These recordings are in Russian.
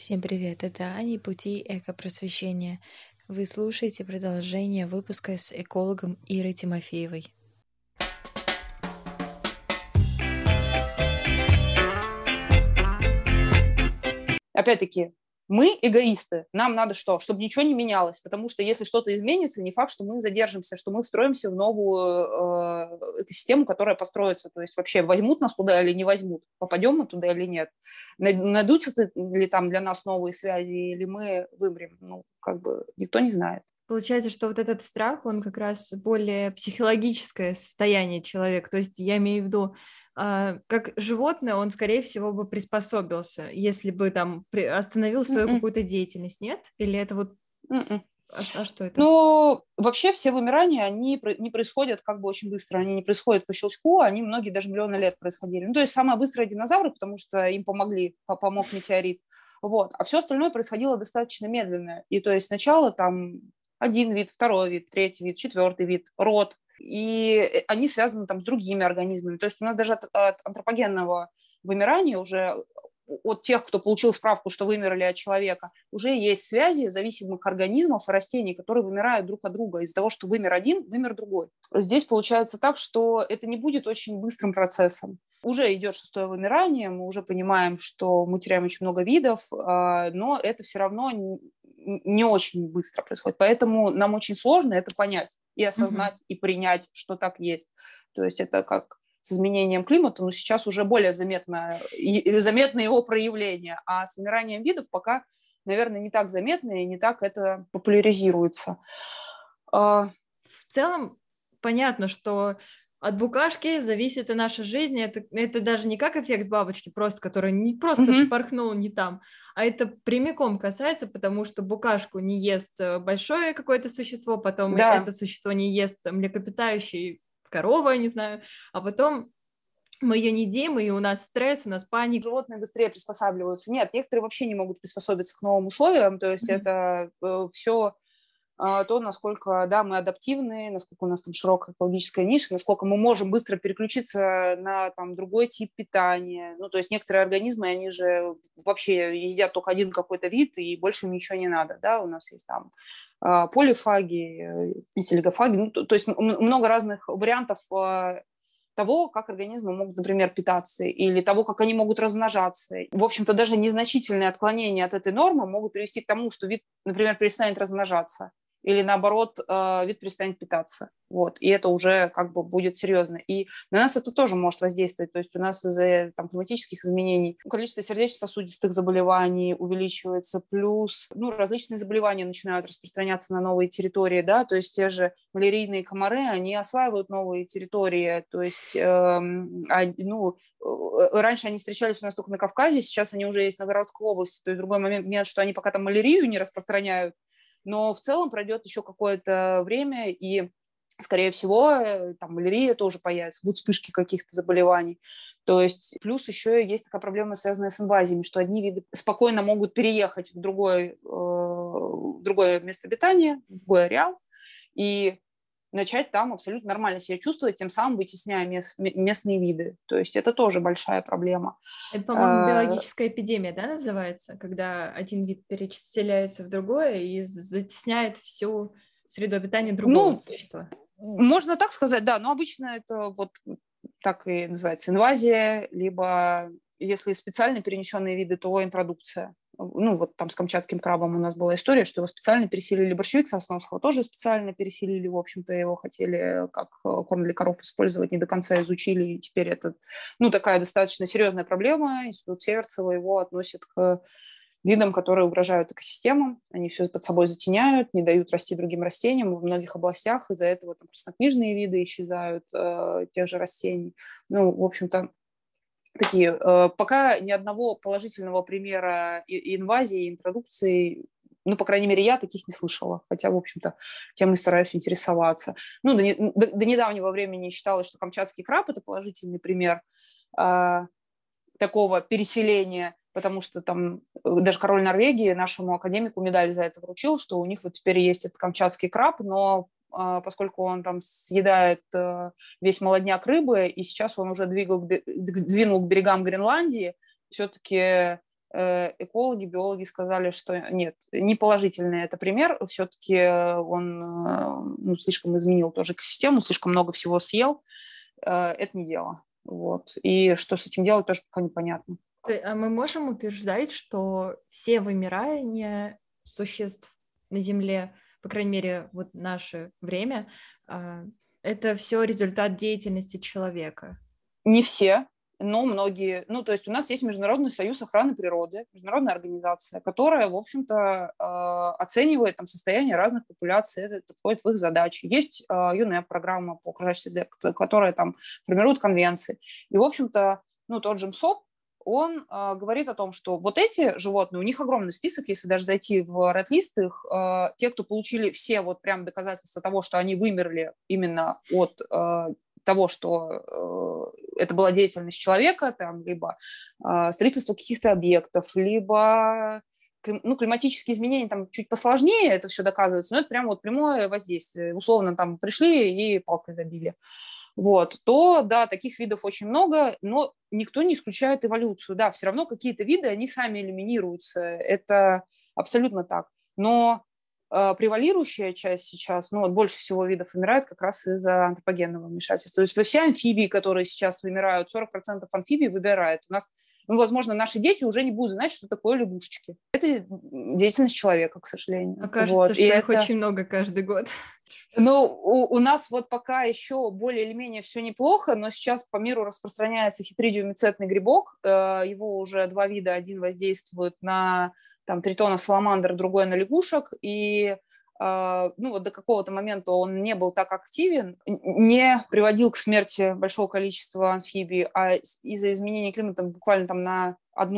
Всем привет, это Аня и Пути экопросвещения. Вы слушаете продолжение выпуска с экологом Ирой Тимофеевой. Опять-таки, мы эгоисты. Нам надо что? Чтобы ничего не менялось. Потому что если что-то изменится, не факт, что мы задержимся, что мы встроимся в новую экосистему, которая построится. То есть вообще возьмут нас туда или не возьмут? Попадем мы туда или нет? Найдутся ли там для нас новые связи или мы вымрем? Ну, как бы никто не знает. Получается, что вот этот страх, он как раз более психологическое состояние человека. То есть я имею в виду, как животное, он, скорее всего, бы приспособился, если бы там остановил свою М-м. какую-то деятельность, нет? Или это вот... М-м. Что это? Ну, вообще все вымирания, они не происходят как бы очень быстро, они не происходят по щелчку, они многие даже миллионы лет происходили. Ну, то есть самые быстрые динозавры, потому что им помог метеорит. Вот. А все остальное происходило достаточно медленно. И то есть сначала там один вид, второй вид, третий вид, четвертый вид, род. И они связаны там с другими организмами. То есть у нас даже от антропогенного вымирания уже от тех, кто получил справку, что вымерли от человека, уже есть связи зависимых организмов и растений, которые вымирают друг от друга. Из-за того, что вымер один, вымер другой. Здесь получается так, что это не будет очень быстрым процессом. Уже идет шестое вымирание, мы уже понимаем, что мы теряем очень много видов, но это все равно не очень быстро происходит. Поэтому нам очень сложно это понять и осознать, и принять, что так есть. То есть это как с изменением климата, но сейчас уже более заметно его проявление, а с вымиранием видов пока, наверное, не так заметно и не так это популяризируется. В целом, понятно, что от букашки зависит и наша жизнь. Это даже не как эффект бабочки, просто, который не просто порхнул не там, а это прямиком касается, потому что букашку не ест большое какое-то существо, потом это существо не ест млекопитающий, корова, не знаю, а потом мы ее не едим, и у нас стресс, у нас паника. Животные быстрее приспосабливаются. Нет, некоторые вообще не могут приспособиться к новым условиям, то есть это все то, насколько, да, мы адаптивны, насколько у нас там широкая экологическая ниша, насколько мы можем быстро переключиться на там другой тип питания. Ну, то есть некоторые организмы, они же вообще едят только один какой-то вид, и больше им ничего не надо, да, у нас есть там полифаги, селегофаги, ну, то есть много разных вариантов того, как организмы могут, например, питаться, или того, как они могут размножаться. В общем-то, даже незначительные отклонения от этой нормы могут привести к тому, что вид, например, перестанет размножаться, или наоборот, вид перестанет питаться. Вот. И это уже как бы будет серьезно. И на нас это тоже может воздействовать. То есть у нас из-за там, климатических изменений количество сердечно-сосудистых заболеваний увеличивается, плюс различные заболевания начинают распространяться на новые территории. Да? То есть те же малярийные комары, они осваивают новые территории. То есть раньше они встречались у нас только на Кавказе, сейчас они уже есть в Новгородской области. То есть другой момент, что они пока там малярию не распространяют, но в целом пройдет еще какое-то время, и, скорее всего, там малярия тоже появится, будут вспышки каких-то заболеваний. То есть плюс еще есть такая проблема, связанная с инвазиями, что одни виды спокойно могут переехать в другое место обитания, в другой ареал, и начать там абсолютно нормально себя чувствовать, тем самым вытесняя местные виды. То есть это тоже большая проблема. Это, по-моему, биологическая эпидемия, да, называется, когда один вид переселяется в другое и затесняет всю среду обитания другого существа. Можно так сказать, да, но обычно это вот так и называется инвазия, либо если специально перенесенные виды, то интродукция. Ну, вот там с камчатским крабом у нас была история, что его специально переселили. Борщевик сосновского тоже специально переселили, в общем-то, его хотели как корм для коров использовать, не до конца изучили, и теперь это, такая достаточно серьезная проблема. Институт Северцева его относит к видам, которые угрожают экосистемам, они все под собой затеняют, не дают расти другим растениям. В многих областях из-за этого там краснокнижные виды исчезают тех же растений. В общем-то, такие. Пока ни одного положительного примера инвазии, интродукции, по крайней мере, я таких не слышала. Хотя, в общем-то, темой стараюсь интересоваться. До недавнего времени считалось, что камчатский краб – это положительный пример такого переселения, потому что там даже король Норвегии нашему академику медаль за это вручил, что у них вот теперь есть этот камчатский краб, но поскольку он там съедает весь молодняк рыбы, и сейчас он уже двинул к берегам Гренландии, все-таки Экологи, биологи сказали, что нет, не положительный это пример, все-таки он слишком изменил тоже экосистему, слишком много всего съел, это не дело. Вот. И что с этим делать, тоже пока непонятно. А мы можем утверждать, что все вымирания существ на Земле, по крайней мере, вот наше время, это все результат деятельности человека? Не все, но многие. Ну, то есть у нас есть Международный союз охраны природы, международная организация, которая, в общем-то, оценивает там состояние разных популяций, это входит в их задачи. Есть ЮНЕП, программа по окружающей среде, которая там формирует конвенции. И, в общем-то, тот же МСОП, он говорит о том, что вот эти животные, у них огромный список, если даже зайти в Red List, их, те, кто получили все вот прям доказательства того, что они вымерли именно от того, что это была деятельность человека, там, либо строительство каких-то объектов, либо климатические изменения там чуть посложнее, это все доказывается, но это прям вот прямое воздействие. Условно там пришли и палкой забили. Вот, то, да, таких видов очень много, но никто не исключает эволюцию. Да, все равно какие-то виды, они сами элиминируются, это абсолютно так. Но превалирующая часть сейчас, больше всего видов вымирает как раз из-за антропогенного вмешательства. То есть все амфибии, которые сейчас вымирают, 40% амфибий вымирает. У нас, возможно, наши дети уже не будут знать, что такое лягушечки. Это деятельность человека, к сожалению. Окажется, что их очень много каждый год. У нас вот пока еще более или менее все неплохо, но сейчас по миру распространяется хитридиумицетный грибок. Его уже 2 вида. Один воздействует на тритонов, саламандр, другой на лягушек. И вот до какого-то момента он не был так активен, не приводил к смерти большого количества амфибий, а из-за изменения климата буквально на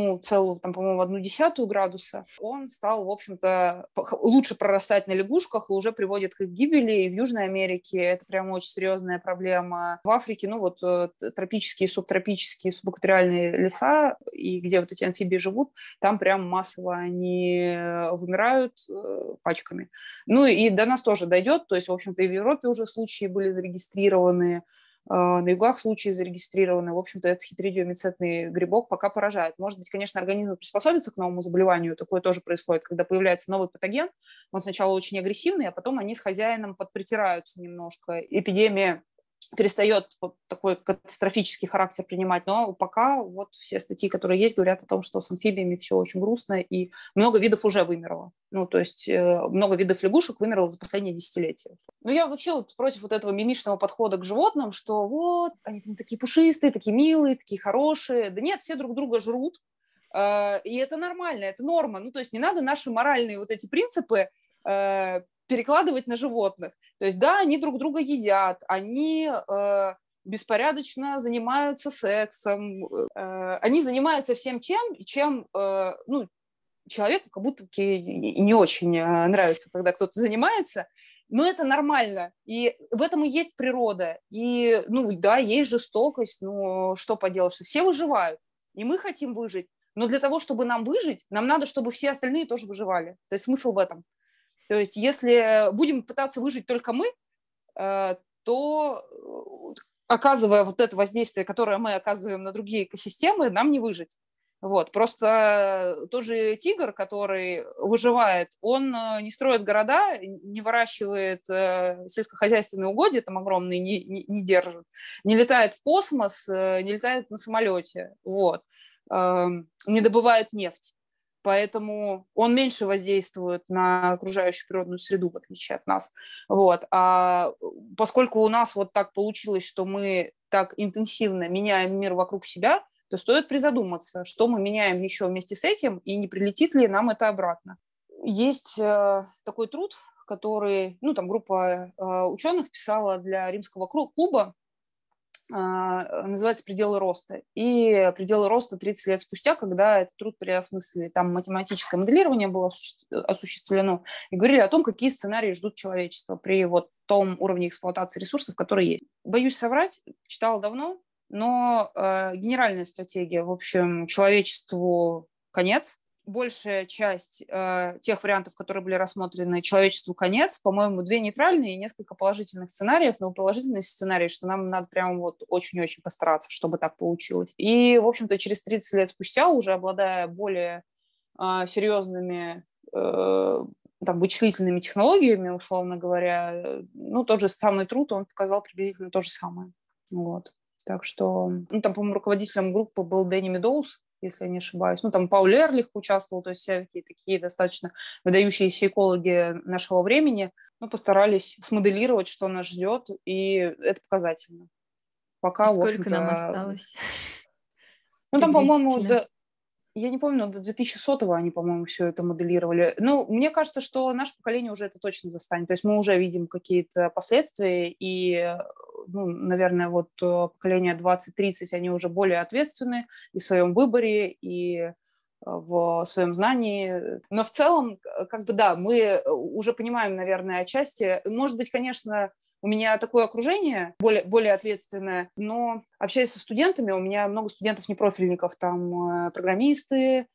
1,1 градуса он стал, в общем-то, лучше прорастать на лягушках и уже приводит к их гибели. И в Южной Америке это прям очень серьезная проблема. В Африке, тропические, субтропические, субэкваториальные леса, и где вот эти амфибии живут, там прям массово они вымирают пачками. И до нас тоже дойдет, то есть, в общем-то, и в Европе уже случаи были зарегистрированы, на югах случаи зарегистрированы. В общем-то, этот хитридиумицетный грибок пока поражает. Может быть, конечно, организм приспособится к новому заболеванию. Такое тоже происходит, когда появляется новый патоген. Он сначала очень агрессивный, а потом они с хозяином подпритираются немножко. Эпидемия перестает вот такой катастрофический характер принимать. Но пока вот все статьи, которые есть, говорят о том, что с амфибиями все очень грустно, и много видов уже вымерло. То есть много видов лягушек вымерло за последние десятилетия. Я вообще против вот этого мимишного подхода к животным, что вот, они там такие пушистые, такие милые, такие хорошие. Да нет, все друг друга жрут, и это нормально, это норма. То есть не надо наши моральные вот эти принципы перекладывать на животных. То есть, да, они друг друга едят, они беспорядочно занимаются сексом, они занимаются всем чем человеку как будто не очень нравится, когда кто-то занимается, но это нормально, и в этом и есть природа, и, да, есть жестокость, но что поделаешь, все выживают, и мы хотим выжить, но для того, чтобы нам выжить, нам надо, чтобы все остальные тоже выживали, то есть смысл в этом. То есть если будем пытаться выжить только мы, то, оказывая вот это воздействие, которое мы оказываем на другие экосистемы, нам не выжить. Вот. Просто тот же тигр, который выживает, он не строит города, не выращивает сельскохозяйственные угодья, там огромные не держит, не летает в космос, не летает на самолете, вот. Не добывает нефть. Поэтому он меньше воздействует на окружающую природную среду, в отличие от нас. Вот. А поскольку у нас вот так получилось, что мы так интенсивно меняем мир вокруг себя, то стоит призадуматься, что мы меняем еще вместе с этим, и не прилетит ли нам это обратно. Есть такой труд, который, группа ученых писала для Римского клуба, называется «Пределы роста». И пределы роста 30 лет спустя, когда этот труд переосмыслили, там математическое моделирование было осуществлено, и говорили о том, какие сценарии ждут человечество при вот том уровне эксплуатации ресурсов, который есть. Боюсь соврать, читала давно, но генеральная стратегия, в общем, человечеству конец, большая часть тех вариантов, которые были рассмотрены, человечеству конец, по-моему, 2 нейтральные и несколько положительных сценариев, но положительный сценарий, что нам надо прям вот очень-очень постараться, чтобы так получилось. И, в общем-то, через 30 лет спустя, уже обладая более серьезными там, вычислительными технологиями, условно говоря, ну, тот же самый труд, он показал приблизительно то же самое. Вот. Так что, ну, там, по-моему, руководителем группы был Дэнни Медоуз, если я не ошибаюсь. Ну, там Пауль Эрлих участвовал, то есть всякие такие достаточно выдающиеся экологи нашего времени, ну, постарались смоделировать, что нас ждет, и это показательно. Пока, И в сколько нам общем-то... осталось? Ну, там, по-моему, Приблизительно. я не помню, но до 2100-го они, по-моему, все это моделировали. Ну, мне кажется, что наше поколение уже это точно застанет. То есть мы уже видим какие-то последствия, и, ну, наверное, вот поколение 20-30, они уже более ответственны и в своем выборе, и в своем знании. Но в целом, как бы, да, мы уже понимаем, наверное, отчасти. Может быть, конечно, у меня такое окружение более ответственное, но общаясь со студентами, у меня много студентов-непрофильников, там программисты,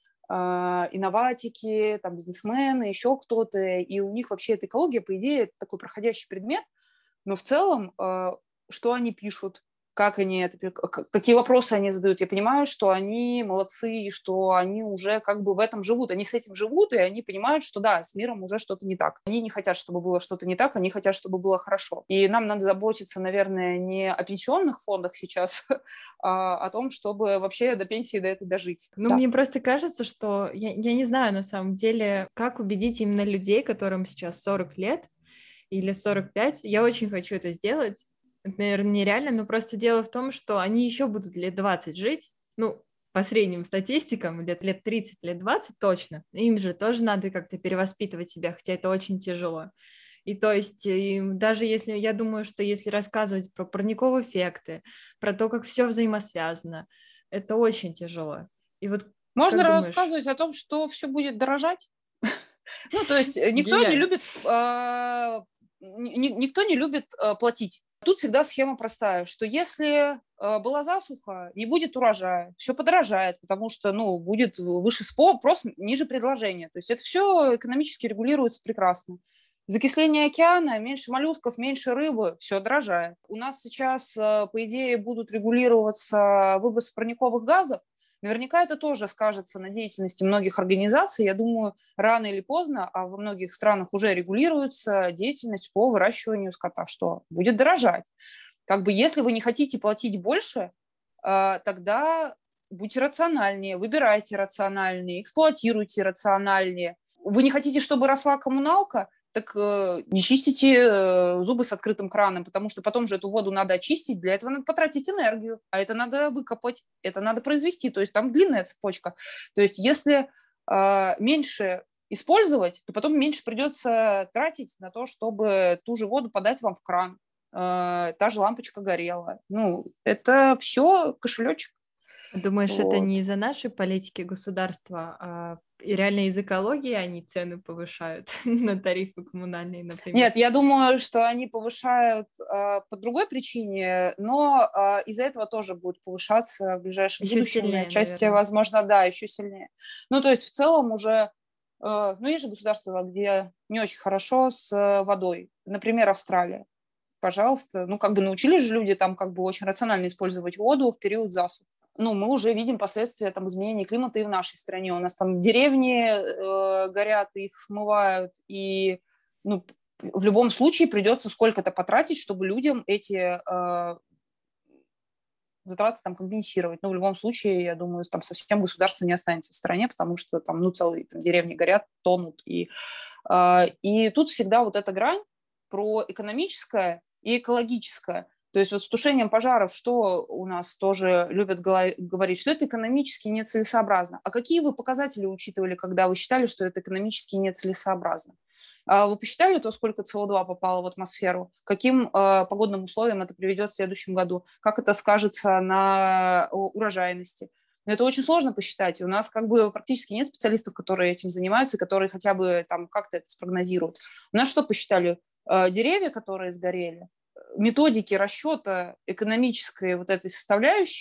инноватики, там бизнесмены, еще кто-то, и у них вообще эта экология, по идее, это такой проходящий предмет, но в целом, что они пишут, как они это, какие вопросы они задают. Я понимаю, что они молодцы, и что они уже как бы в этом живут. Они с этим живут, и они понимают, что да, с миром уже что-то не так. Они не хотят, чтобы было что-то не так, они хотят, чтобы было хорошо. И нам надо заботиться, наверное, не о пенсионных фондах сейчас, а о том, чтобы вообще до пенсии до этой дожить. Ну, Да. мне просто кажется, что я не знаю на самом деле, как убедить именно людей, которым сейчас 40 лет или 45. Я очень хочу это сделать. Это, наверное, нереально, но просто дело в том, что они еще будут лет 20 жить, ну, по средним статистикам, лет 30, лет 20 точно. Им же тоже надо как-то перевоспитывать себя, хотя это очень тяжело. И то есть, и даже если, я думаю, что если рассказывать про парниковые эффекты, про то, как все взаимосвязано, это очень тяжело. И вот Можно как думаешь? рассказывать о том, что все будет дорожать? Ну, то есть никто не Гениально. любит никто не любит платить. Тут всегда схема простая, что если была засуха, не будет урожая, все подорожает, потому что, ну, будет выше спрос, ниже предложения. То есть это все экономически регулируется прекрасно. Закисление океана, меньше моллюсков, меньше рыбы, все дорожает. У нас сейчас, по идее, будут регулироваться выбросы парниковых газов. Наверняка это тоже скажется на деятельности многих организаций. Я думаю, рано или поздно, а во многих странах уже регулируется деятельность по выращиванию скота, что будет дорожать. Как бы если вы не хотите платить больше, тогда будьте рациональнее, выбирайте рациональнее, эксплуатируйте рациональнее. Вы не хотите, чтобы росла коммуналка? Так не чистите зубы с открытым краном, потому что потом же эту воду надо очистить, для этого надо потратить энергию, а это надо выкопать, это надо произвести, то есть там длинная цепочка. То есть если меньше использовать, то потом меньше придется тратить на то, чтобы ту же воду подать вам в кран, та же лампочка горела. Ну, это все кошелечек. Думаешь, это не Вот. из-за нашей политики государства, а и реально из экологии они цены повышают на тарифы коммунальные, например? Нет, я думаю, что они повышают по другой причине, но из-за этого тоже будет повышаться в ближайшем Еще будущем, и сильнее, отчасти, наверное. возможно, да, еще сильнее. Ну, то есть в целом уже, ну, есть же государства, где не очень хорошо с водой. Например, Австралия. Пожалуйста. Ну, как бы научились же люди там как бы очень рационально использовать воду в период засухи. Ну, мы уже видим последствия там изменения климата и в нашей стране. У нас там деревни горят, их смывают, и, ну, в любом случае придется сколько-то потратить, чтобы людям эти затраты там компенсировать. Но в любом случае, я думаю, там совсем государство не останется в стране, потому что там, ну, целые там, деревни горят, тонут. И тут всегда вот эта грань про экономическое и экологическое. То есть вот с тушением пожаров, что у нас тоже любят говорить, что это экономически нецелесообразно. А какие вы показатели учитывали, когда вы считали, что это экономически нецелесообразно? Вы посчитали то, сколько СО2 попало в атмосферу? Каким погодным условиям это приведет в следующем году? Как это скажется на урожайности? Это очень сложно посчитать. И у нас как бы практически нет специалистов, которые этим занимаются, которые хотя бы там как-то это спрогнозируют. У нас что посчитали? Деревья, которые сгорели, методики расчета экономической вот этой составляющей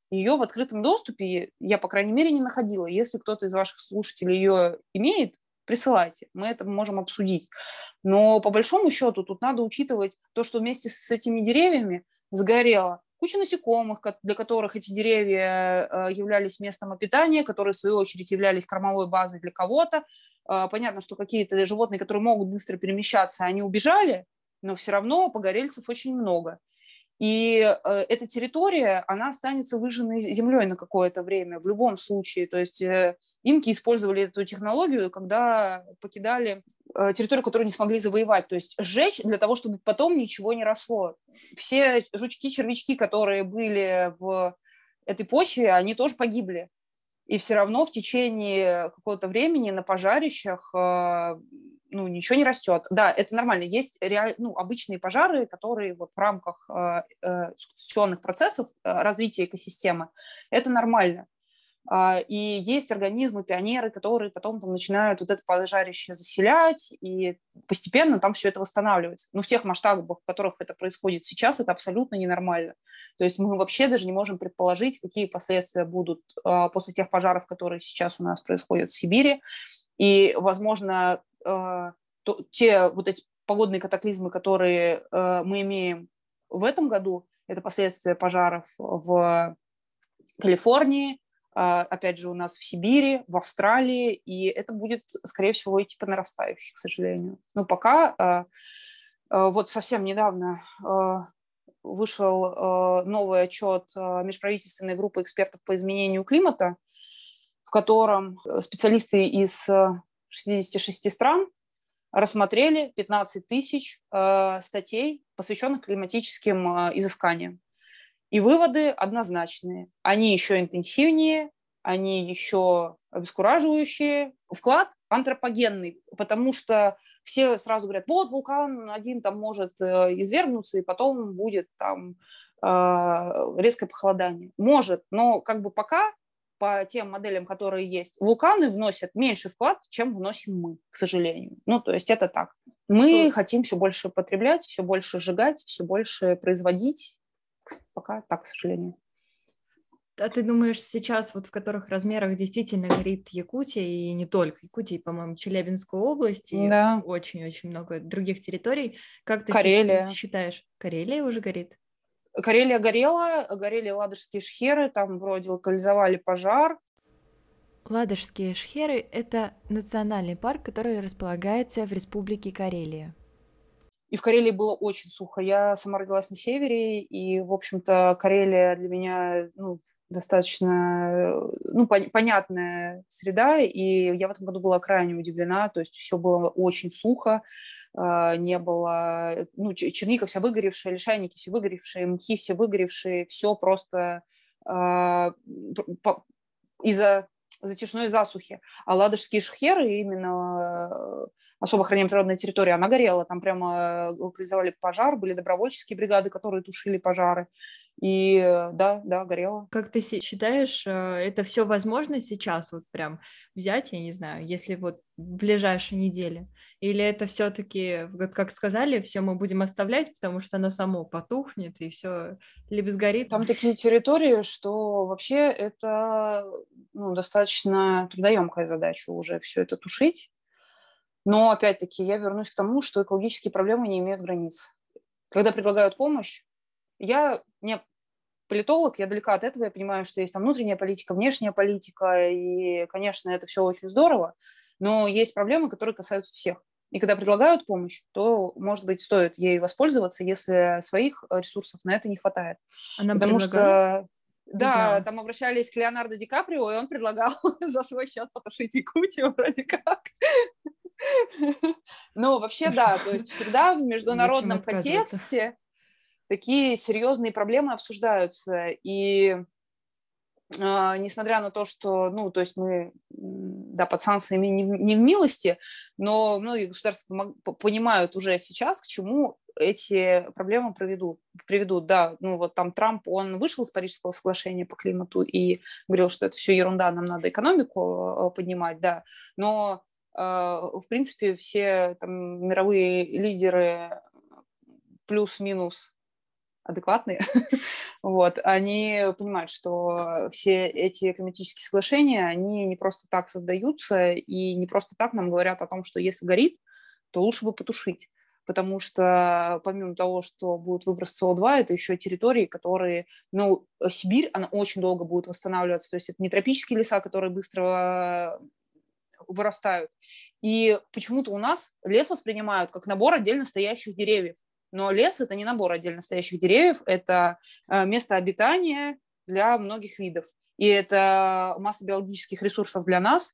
Ее в открытом доступе я, по крайней мере, не находила. Если кто-то из ваших слушателей ее имеет, присылайте, мы это можем обсудить. Но по большому счету тут надо учитывать то, что вместе с этими деревьями сгорела куча насекомых, для которых эти деревья являлись местом обитания, которые, в свою очередь, являлись кормовой базой для кого-то. Понятно, что какие-то животные, которые могут быстро перемещаться, они убежали, но все равно погорельцев очень много. И эта территория, она останется выжженной землей на какое-то время в любом случае. То есть инки использовали эту технологию, когда покидали территорию, которую не смогли завоевать. То есть сжечь для того, чтобы потом ничего не росло. Все жучки, червячки, которые были в этой почве, они тоже погибли. И все равно в течение какого-то времени на пожарищах ничего не растет. Да, это нормально. Есть обычные пожары, которые вот в рамках сукцессионных процессов развития экосистемы, это нормально. И есть организмы, пионеры, которые потом там начинают вот это пожарище заселять, и постепенно там все это восстанавливается. Но в тех масштабах, в которых это происходит сейчас, это абсолютно ненормально. То есть мы вообще даже не можем предположить, какие последствия будут после тех пожаров, которые сейчас у нас происходят в Сибири. И, возможно, те вот эти погодные катаклизмы, которые мы имеем в этом году, это последствия пожаров в Калифорнии, опять же, у нас в Сибири, в Австралии, и это будет, скорее всего, идти по нарастающей, к сожалению. Но пока вот совсем недавно вышел новый отчет межправительственной группы экспертов по изменению климата, в котором специалисты из 66 стран рассмотрели 15 тысяч статей, посвященных климатическим изысканиям. И выводы однозначные. Они еще интенсивнее, они еще обескураживающие. Вклад антропогенный, потому что все сразу говорят, вот вулкан один там может извергнуться, и потом будет там резкое похолодание. Может, но как бы пока по тем моделям, которые есть, вулканы вносят меньше вклад, чем вносим мы, к сожалению. Ну, то есть это так. Мы хотим все больше потреблять, все больше сжигать, все больше производить. Пока так, к сожалению. А ты думаешь, сейчас вот в которых размерах действительно горит Якутия, и не только Якутия, по-моему, Челябинская область, и да. очень-очень много других территорий. Как ты считаешь, Карелия уже горит? Карелия горела, горели Ладожские шхеры, там вроде локализовали пожар. Ладожские шхеры – это национальный парк, который располагается в Республике Карелия. И в Карелии было очень сухо. Я сама родилась на севере, и, в общем-то, Карелия для меня достаточно понятная среда, и я в этом году была крайне удивлена. То есть все было очень сухо, не было... черника вся выгоревшая, лишайники все выгоревшие, мхи все выгоревшие, все просто из-за затяжной засухи. А ладожские шхеры именно... особо охраняемая природная территория, она горела. Там прямо локализовали пожар, были добровольческие бригады, которые тушили пожары. И да, горело. Как ты считаешь, это все возможно сейчас вот прям взять, я не знаю, если вот в ближайшие недели? Или это все-таки, как сказали, все мы будем оставлять, потому что оно само потухнет и все либо сгорит? Там такие территории, что вообще это достаточно трудоемкая задача уже все это тушить. Но, опять-таки, я вернусь к тому, что экологические проблемы не имеют границ. Когда предлагают помощь, я не политолог, я далека от этого, я понимаю, что есть там внутренняя политика, внешняя политика, и, конечно, это все очень здорово, но есть проблемы, которые касаются всех. И когда предлагают помощь, то, может быть, стоит ей воспользоваться, если своих ресурсов на это не хватает. Потому что... Да, там обращались к Леонардо Ди Каприо, и он предлагал за свой счет потушить Якутию вроде как. Ну, вообще, да, то есть всегда в международном контексте такие серьезные проблемы обсуждаются. И несмотря на то, что, то есть мы, да, под санкциями не в милости, но многие государства понимают уже сейчас, к чему эти проблемы приведут. Да, вот там Трамп, он вышел из Парижского соглашения по климату и говорил, что это все ерунда, нам надо экономику поднимать, да, но в принципе, все там мировые лидеры плюс-минус адекватные, Вот, они понимают, что все эти климатические соглашения, они не просто так создаются, и не просто так нам говорят о том, что если горит, то лучше бы потушить. Потому что помимо того, что будет выброс СО2, это еще территории, которые... Ну, Сибирь, она очень долго будет восстанавливаться. То есть это не тропические леса, которые быстро вырастают. И почему-то у нас лес воспринимают как набор отдельно стоящих деревьев. Но лес – это не набор отдельно стоящих деревьев, это место обитания для многих видов. И это масса биологических ресурсов для нас.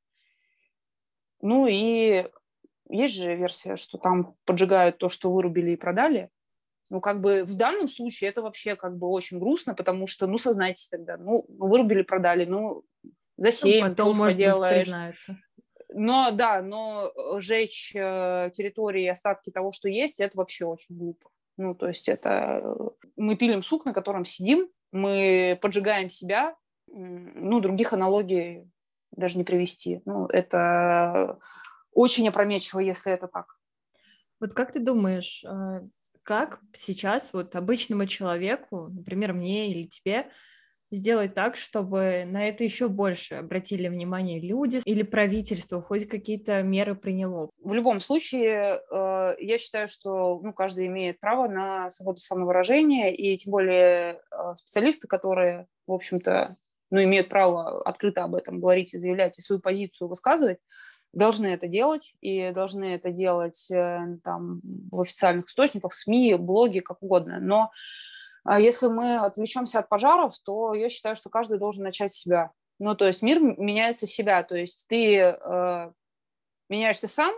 Ну и есть же версия, что там поджигают то, что вырубили и продали. Ну, как бы в данном случае это вообще как бы очень грустно, потому что, ну, сознайтесь тогда, ну вырубили, продали, ну, Ну, засеем, что потом, уж может быть, поделаешь. признаются. Но, да, но жечь территории, остатки того, что есть, это вообще очень глупо. Ну, то есть это... Мы пилим сук, на котором сидим, мы поджигаем себя. Ну, других аналогий даже не привести. Ну, это очень опрометчиво, если это так. Вот как ты думаешь, как сейчас вот обычному человеку, например, мне или тебе, сделать так, чтобы на это еще больше обратили внимание люди или правительство хоть какие-то меры приняло? В любом случае, я считаю, что каждый имеет право на свободу самовыражения, и тем более специалисты, которые, в общем-то, имеют право открыто об этом говорить и заявлять, и свою позицию высказывать, должны это делать, и должны это делать там, в официальных источниках, в СМИ, блоге, как угодно. Но если мы отвлечемся от пожаров, то я считаю, что каждый должен начать с себя. Ну, то есть мир меняется с себя, то есть ты меняешься сам,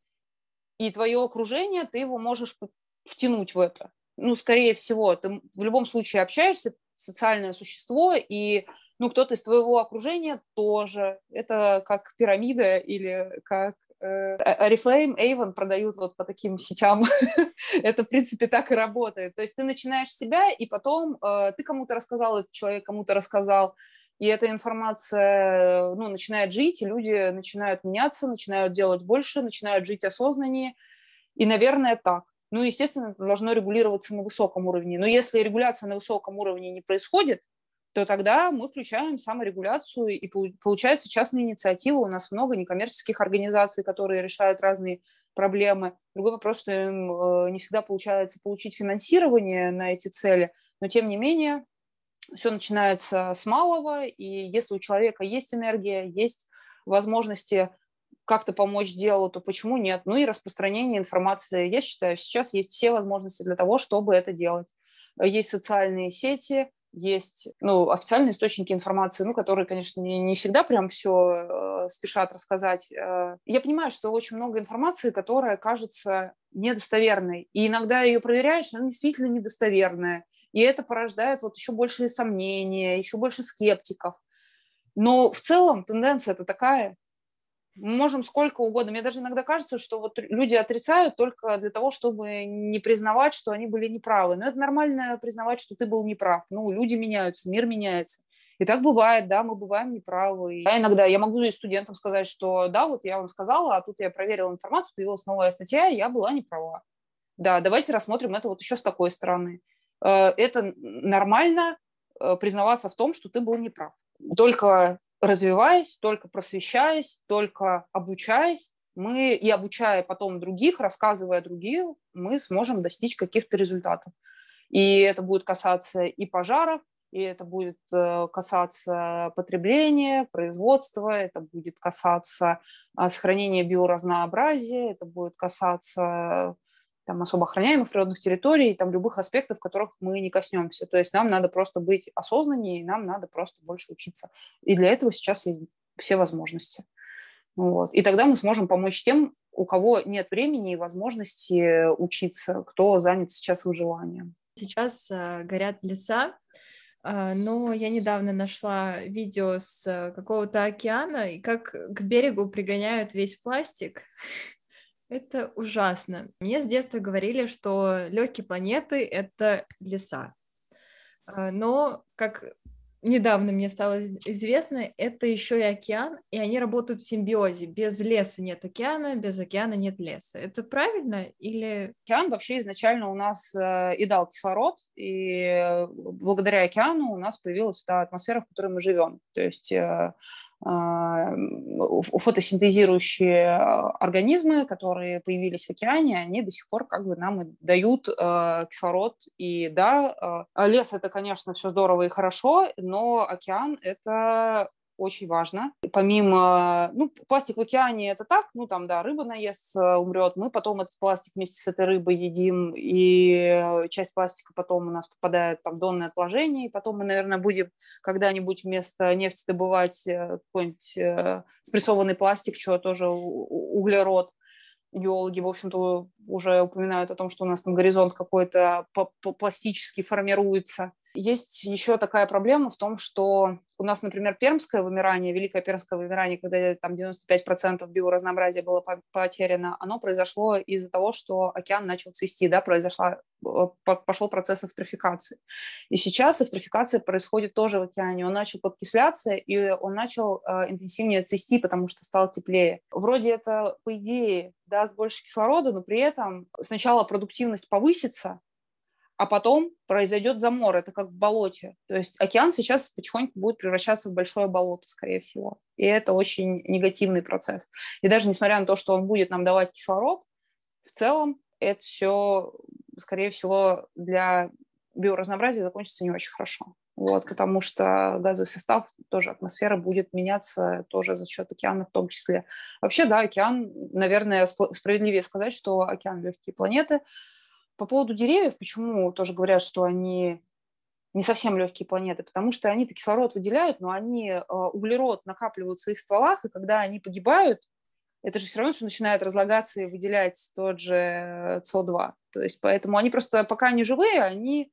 и твое окружение, ты его можешь втянуть в это. Ну, скорее всего, ты в любом случае общаешься, социальное существо, и кто-то из твоего окружения тоже. Это как пирамида или как Oriflame, Avon продают вот по таким сетям. Это, в принципе, так и работает. То есть ты начинаешь с себя, и потом ты кому-то рассказал, этот человек кому-то рассказал, и эта информация начинает жить, и люди начинают меняться, начинают делать больше, начинают жить осознаннее. И, наверное, так. Ну, естественно, это должно регулироваться на высоком уровне. Но если регуляция на высоком уровне не происходит, то тогда мы включаем саморегуляцию, и получаются частные инициативы. У нас много некоммерческих организаций, которые решают разные проблемы. Другой вопрос, что им не всегда получается получить финансирование на эти цели, но тем не менее все начинается с малого, и если у человека есть энергия, есть возможности как-то помочь делу, то почему нет? Ну и распространение информации. Я считаю, сейчас есть все возможности для того, чтобы это делать. Есть социальные сети, есть официальные источники информации, которые, конечно, не всегда прям все спешат рассказать. Я понимаю, что очень много информации, которая кажется недостоверной. И иногда ее проверяешь, она действительно недостоверная. И это порождает еще больше сомнения, еще больше скептиков. Но в целом тенденция это такая. Мы можем сколько угодно. Мне даже иногда кажется, что люди отрицают только для того, чтобы не признавать, что они были неправы. Но это нормально признавать, что ты был неправ. Люди меняются, мир меняется. И так бывает, да, мы бываем неправы. Иногда я могу и студентам сказать, что да, вот я вам сказала, а тут я проверила информацию, появилась новая статья, и я была неправа. Да, давайте рассмотрим это еще с такой стороны. Это нормально признаваться в том, что ты был неправ. Только развиваясь, только просвещаясь, только обучаясь, мы и обучая потом других, рассказывая другим, мы сможем достичь каких-то результатов. И это будет касаться и пожаров, и это будет касаться потребления, производства, это будет касаться сохранения биоразнообразия, это будет касаться особо охраняемых природных территорий, любых аспектов, которых мы не коснемся. То есть нам надо просто быть осознаннее, нам надо просто больше учиться. И для этого сейчас есть все возможности. Вот. И тогда мы сможем помочь тем, у кого нет времени и возможности учиться, кто занят сейчас выживанием. Сейчас горят леса, но я недавно нашла видео с какого-то океана, и как к берегу пригоняют весь пластик. Это ужасно. Мне с детства говорили, что легкие планеты — это леса. Но, как недавно мне стало известно, это еще и океан, и они работают в симбиозе. Без леса нет океана, без океана нет леса. Это правильно или... Океан вообще изначально у нас и дал кислород, и благодаря океану у нас появилась та атмосфера, в которой мы живем. То есть фотосинтезирующие организмы, которые появились в океане, они до сих пор как бы нам и дают кислород. И да, лес — это, конечно, все здорово и хорошо, но океан — это очень важно. Помимо, пластик в океане — это так, там, да, рыба наестся, умрет, мы потом этот пластик вместе с этой рыбой едим, и часть пластика потом у нас попадает там в донное отложение, и потом мы, наверное, будем когда-нибудь вместо нефти добывать какой-нибудь спрессованный пластик, что тоже углерод. Геологи, в общем-то, уже упоминают о том, что у нас там горизонт какой-то пластический формируется. Есть еще такая проблема в том, что у нас, например, пермское вымирание, великое пермское вымирание, когда там 95% биоразнообразия было потеряно, оно произошло из-за того, что океан начал цвести, да, пошел процесс эвтрофикации. И сейчас эвтрофикация происходит тоже в океане. Он начал подкисляться, и он начал интенсивнее цвести, потому что стало теплее. Вроде это, по идее, даст больше кислорода, но при этом сначала продуктивность повысится, а потом произойдет замор. Это как в болоте. То есть океан сейчас потихоньку будет превращаться в большое болото, скорее всего. И это очень негативный процесс. И даже несмотря на то, что он будет нам давать кислород, в целом это все, скорее всего, для биоразнообразия закончится не очень хорошо. Потому что газовый состав тоже атмосфера будет меняться тоже за счет океана в том числе. Вообще, да, океан, наверное, справедливее сказать, что океан — легкие планеты. По поводу деревьев, почему тоже говорят, что они не совсем легкие планеты? Потому что они-то кислород выделяют, но они углерод накапливают в своих стволах, и когда они погибают, это же все равно, что начинает разлагаться и выделять тот же СО2. То есть поэтому они просто, пока они живые, они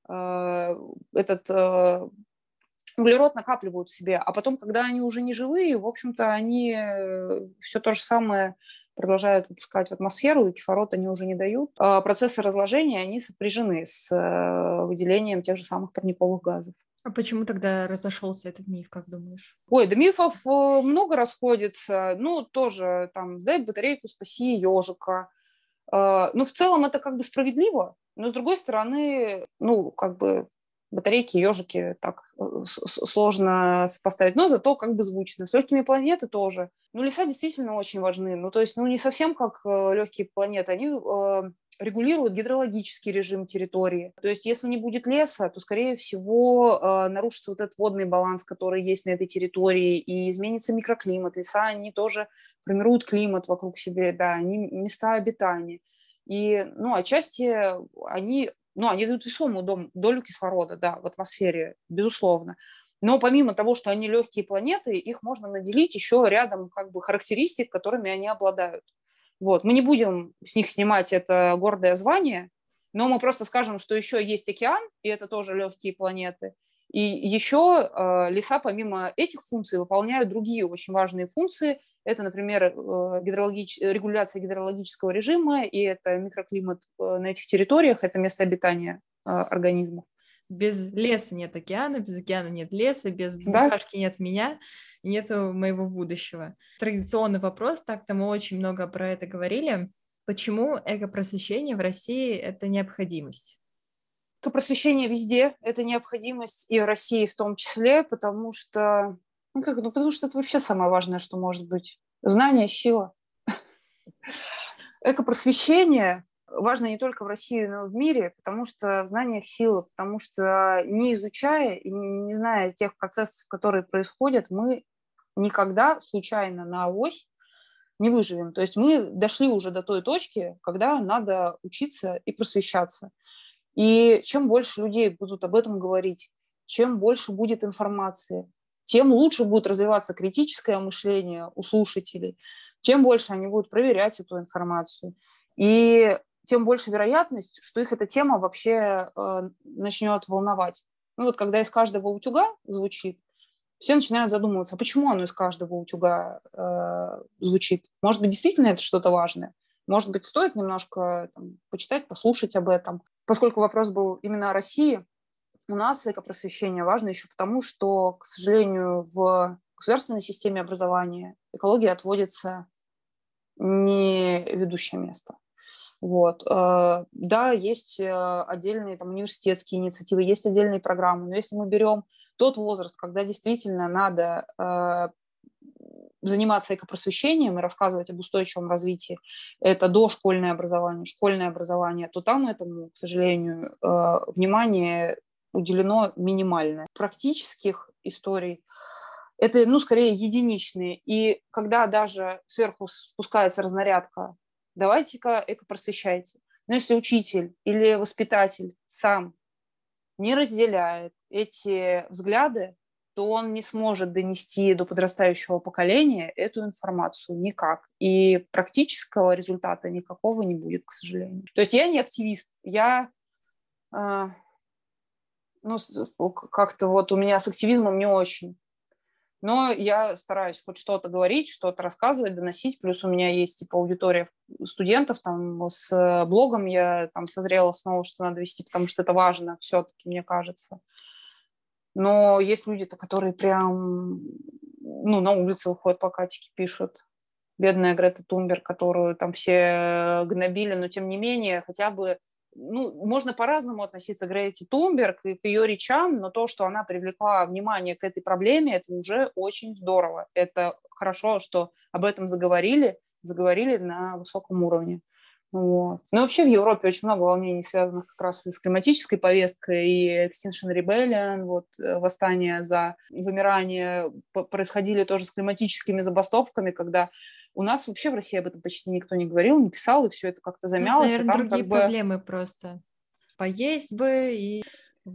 этот углерод накапливают в себе, а потом, когда они уже не живые, в общем-то, они все то же самое продолжают выпускать в атмосферу, и кислород они уже не дают. Процессы разложения, они сопряжены с выделением тех же самых парниковых газов. А почему тогда разошелся этот миф, как думаешь? Ой, да мифов много расходится. Тоже там, дай батарейку, спаси ежика. В целом это как бы справедливо, но с другой стороны, батарейки, ежики так сложно сопоставить, но зато как бы звучно. С легкими планеты тоже. Леса действительно очень важны. То есть, не совсем как легкие планеты. Они регулируют гидрологический режим территории. То есть, если не будет леса, то, скорее всего, нарушится этот водный баланс, который есть на этой территории, и изменится микроклимат. Леса, они тоже формируют климат вокруг себя, да, они места обитания. И, отчасти они дают весомую долю кислорода, да, в атмосфере, безусловно. Но помимо того, что они легкие планеты, их можно наделить еще рядом как бы характеристик, которыми они обладают. Мы не будем с них снимать это гордое звание, но мы просто скажем, что еще есть океан, и это тоже легкие планеты. И еще леса помимо этих функций выполняют другие очень важные функции. Это, например, регуляция гидрологического режима, и это микроклимат на этих территориях, это место обитания организмов. Без леса нет океана, без океана нет леса, без букашки нет меня, нет моего будущего. Традиционный вопрос, так-то мы очень много про это говорили. Почему экопросвещение в России – это необходимость? Экопросвещение везде – это необходимость, и в России в том числе, потому что потому что это вообще самое важное, что может быть. Знание – сила. Экопросвещение важно не только в России, но и в мире, потому что в знаниях сила, потому что не изучая и не зная тех процессов, которые происходят, мы никогда случайно на авось не выживем. То есть мы дошли уже до той точки, когда надо учиться и просвещаться. И чем больше людей будут об этом говорить, чем больше будет информации, тем лучше будет развиваться критическое мышление у слушателей, тем больше они будут проверять эту информацию. И тем больше вероятность, что их эта тема вообще начнет волновать. Когда из каждого утюга звучит, все начинают задумываться, а почему оно из каждого утюга звучит? Может быть, действительно это что-то важное? Может быть, стоит немножко почитать, послушать об этом. Поскольку вопрос был именно о России, у нас экопросвещение важно еще потому, что, к сожалению, в государственной системе образования экология отводится не ведущее место. Вот. Да, есть отдельные там, университетские инициативы, есть отдельные программы, но если мы берем тот возраст, когда действительно надо заниматься экопросвещением и рассказывать об устойчивом развитии, это дошкольное образование, школьное образование, то там этому, к сожалению, внимание уделено минимальное. Практических историй это, скорее единичные. И когда даже сверху спускается разнарядка, давайте-ка экопросвещайте. Но если учитель или воспитатель сам не разделяет эти взгляды, то он не сможет донести до подрастающего поколения эту информацию никак. И практического результата никакого не будет, к сожалению. То есть я не активист, я... как-то вот у меня с активизмом не очень. Но я стараюсь хоть что-то говорить, что-то рассказывать, доносить. Плюс у меня есть типа аудитория студентов, там с блогом я там созрела снова, что надо вести, потому что это важно все-таки, мне кажется. Но есть люди-то, которые прям на улице выходят, плакатики пишут. Бедная Грета Тунберг, которую там все гнобили, но тем не менее хотя бы можно по-разному относиться к Грете Тунберг и к ее речам, но то, что она привлекла внимание к этой проблеме, это уже очень здорово. Это хорошо, что об этом заговорили на высоком уровне. Вот. Но вообще в Европе очень много волнений, связанных как раз с климатической повесткой, и Extinction Rebellion, восстание за вымирание происходили тоже с климатическими забастовками, когда у нас вообще в России об этом почти никто не говорил, не писал, и все это как-то замялось. Наверное, другие проблемы просто. Поесть бы и...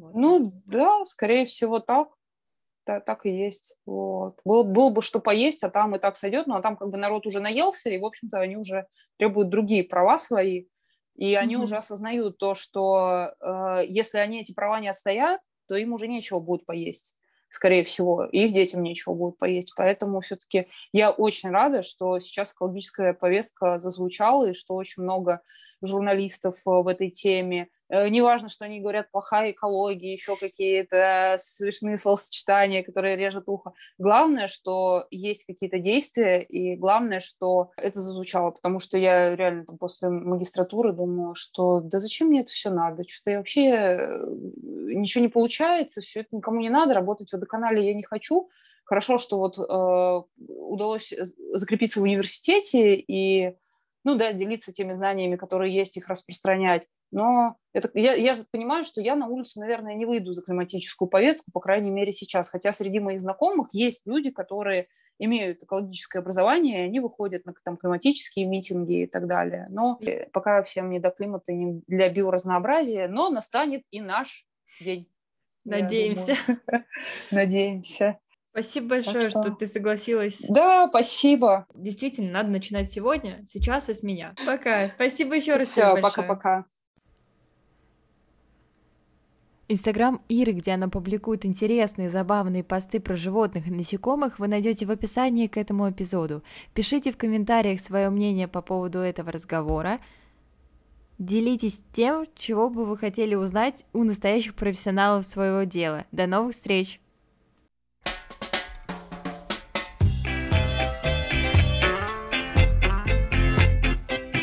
Да, скорее всего, так. Да, так и есть. Вот. Было бы что поесть, а там и так сойдет, а там как бы народ уже наелся, и, в общем-то, они уже требуют другие права свои, и они уже осознают то, что если они эти права не отстоят, то им уже нечего будет поесть, скорее всего, и их детям нечего будет поесть. Поэтому все-таки я очень рада, что сейчас экологическая повестка зазвучала, и что очень много журналистов в этой теме. Неважно, что они говорят плохая экология, еще какие-то смешные словосочетания, которые режут ухо. Главное, что есть какие-то действия, и главное, что это зазвучало, потому что я реально после магистратуры думала, что да зачем мне это все надо? Что-то я вообще ничего не получается, все это никому не надо, работать в водоканале я не хочу. Хорошо, что удалось закрепиться в университете и делиться теми знаниями, которые есть, их распространять. Но я же понимаю, что я на улицу, наверное, не выйду за климатическую повестку, по крайней мере, сейчас. Хотя среди моих знакомых есть люди, которые имеют экологическое образование, и они выходят на климатические митинги и так далее. Но пока всем не до климата, не для биоразнообразия, но настанет и наш день. Надеемся. Надеемся. Спасибо большое, что ты согласилась. Да, спасибо. Действительно, надо начинать сегодня, сейчас и с меня. Пока. Спасибо еще раз. Все, пока-пока. Инстаграм Иры, где она публикует интересные, забавные посты про животных и насекомых, вы найдете в описании к этому эпизоду. Пишите в комментариях свое мнение по поводу этого разговора. Делитесь тем, чего бы вы хотели узнать у настоящих профессионалов своего дела. До новых встреч!